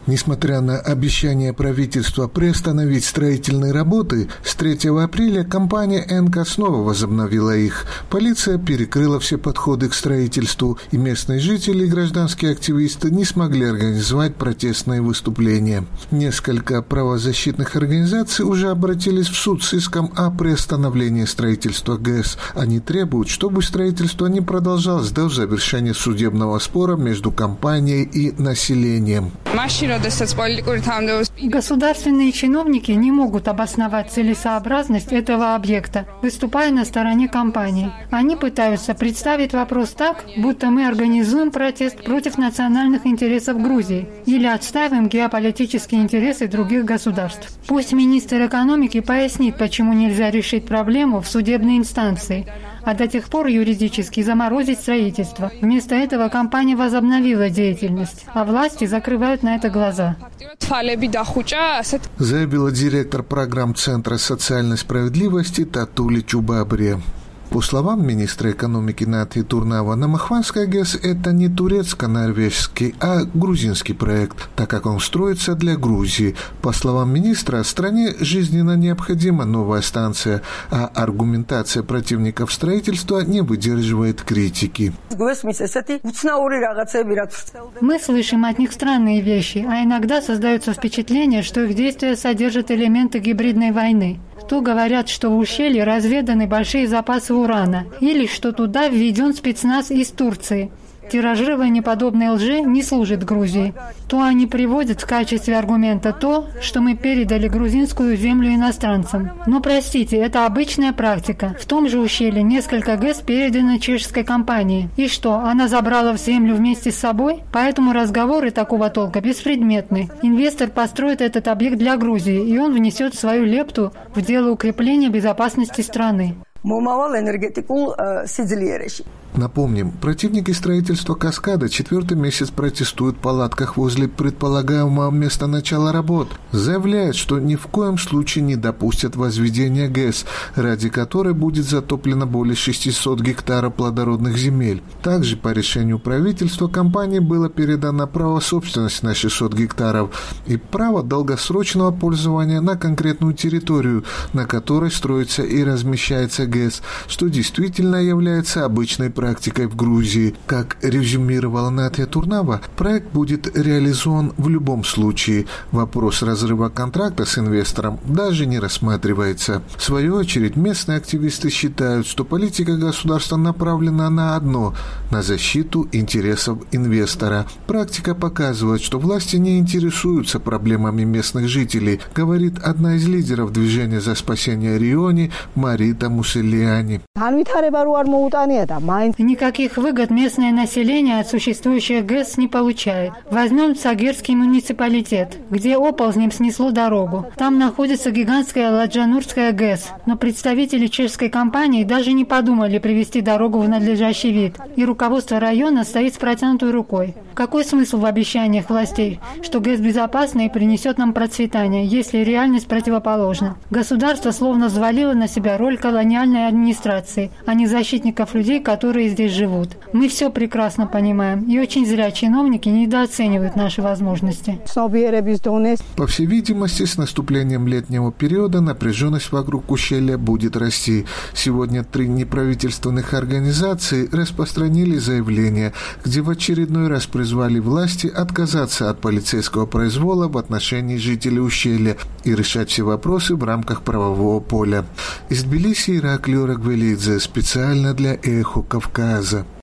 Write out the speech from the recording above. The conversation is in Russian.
Несмотря на обещание правительства приостановить строительные работы, с 3 апреля компания «Энка» снова возобновила их. Полиция перекрыла все подходы к строительству, и местные жители и гражданские активисты не смогли организовать протестные выступления. Несколько правозащитных организаций уже обратились в суд с иском о приостановлении строительства ГЭС. Они требуют, чтобы строительство не продолжалось до завершения судебного спора между компанией и населением. Государственные чиновники не могут обосновать целесообразность этого объекта, выступая на стороне компании. Они пытаются представить вопрос так, будто мы организуем протест против национальных интересов Грузии или отстаиваем геополитические интересы других государств. Пусть министр экономики пояснит, почему нельзя решить проблему в судебной инстанции, а до тех пор юридически заморозить строительство. Вместо этого компания возобновила деятельность, а власти закрывают на это глаза. Заявила директор программ Центра социальной справедливости Татули Чубабре. По словам министра экономики Натхи Турнава, Намахванская ГЭС – это не турецко-норвежский, а грузинский проект, так как он строится для Грузии. По словам министра, стране жизненно необходима новая станция, а аргументация противников строительства не выдерживает критики. Мы слышим от них странные вещи, а иногда создается впечатление, что их действия содержат элементы гибридной войны. То говорят, что в ущелье разведаны большие запасы урана, или что туда введен спецназ из Турции. Тиражирование подобной лжи не служит Грузии. То они приводят в качестве аргумента то, что мы передали грузинскую землю иностранцам. Но простите, это обычная практика. В том же ущелье несколько ГЭС передано чешской компании. И что, она забрала в землю вместе с собой? Поэтому разговоры такого толка беспредметны. Инвестор построит этот объект для Грузии, и он внесет свою лепту в дело укрепления безопасности страны. Напомним, противники строительства «Каскада» 4-й месяц протестуют в палатках возле предполагаемого места начала работ. Заявляют, что ни в коем случае не допустят возведения ГЭС, ради которой будет затоплено более 600 гектаров плодородных земель. Также по решению правительства компании было передано право собственности на 600 гектаров и право долгосрочного пользования на конкретную территорию, на которой строится и размещается ГЭС, что действительно является обычной практикой в Грузии. Как резюмировала Натхи Турнава, проект будет реализован в любом случае. Вопрос разрыва контракта с инвестором даже не рассматривается. В свою очередь, местные активисты считают, что политика государства направлена на одно – на защиту интересов инвестора. Практика показывает, что власти не интересуются проблемами местных жителей, говорит одна из лидеров движения за спасение Риони Марита Мусельяни. Никаких выгод местное население от существующих ГЭС не получает. Возьмем Цагерский муниципалитет, где оползнем снесло дорогу. Там находится гигантская Ладжанурская ГЭС, но представители чешской компании даже не подумали привести дорогу в надлежащий вид, и руководство района стоит с протянутой рукой. Какой смысл в обещаниях властей, что ГЭС безопасна и принесет нам процветание, если реальность противоположна? Государство словно взвалило на себя роль колониальной администрации, а не защитников людей, которые здесь живут. Мы все прекрасно понимаем, и очень зря чиновники недооценивают наши возможности. По всей видимости, с наступлением летнего периода напряженность вокруг ущелья будет расти. Сегодня 3 неправительственных организации распространили заявление, где в очередной раз призвали власти отказаться от полицейского произвола в отношении жителей ущелья и решать все вопросы в рамках правового поля. Из Тбилиси Ираклий Рагвелидзе специально для «Эхо Кавказа».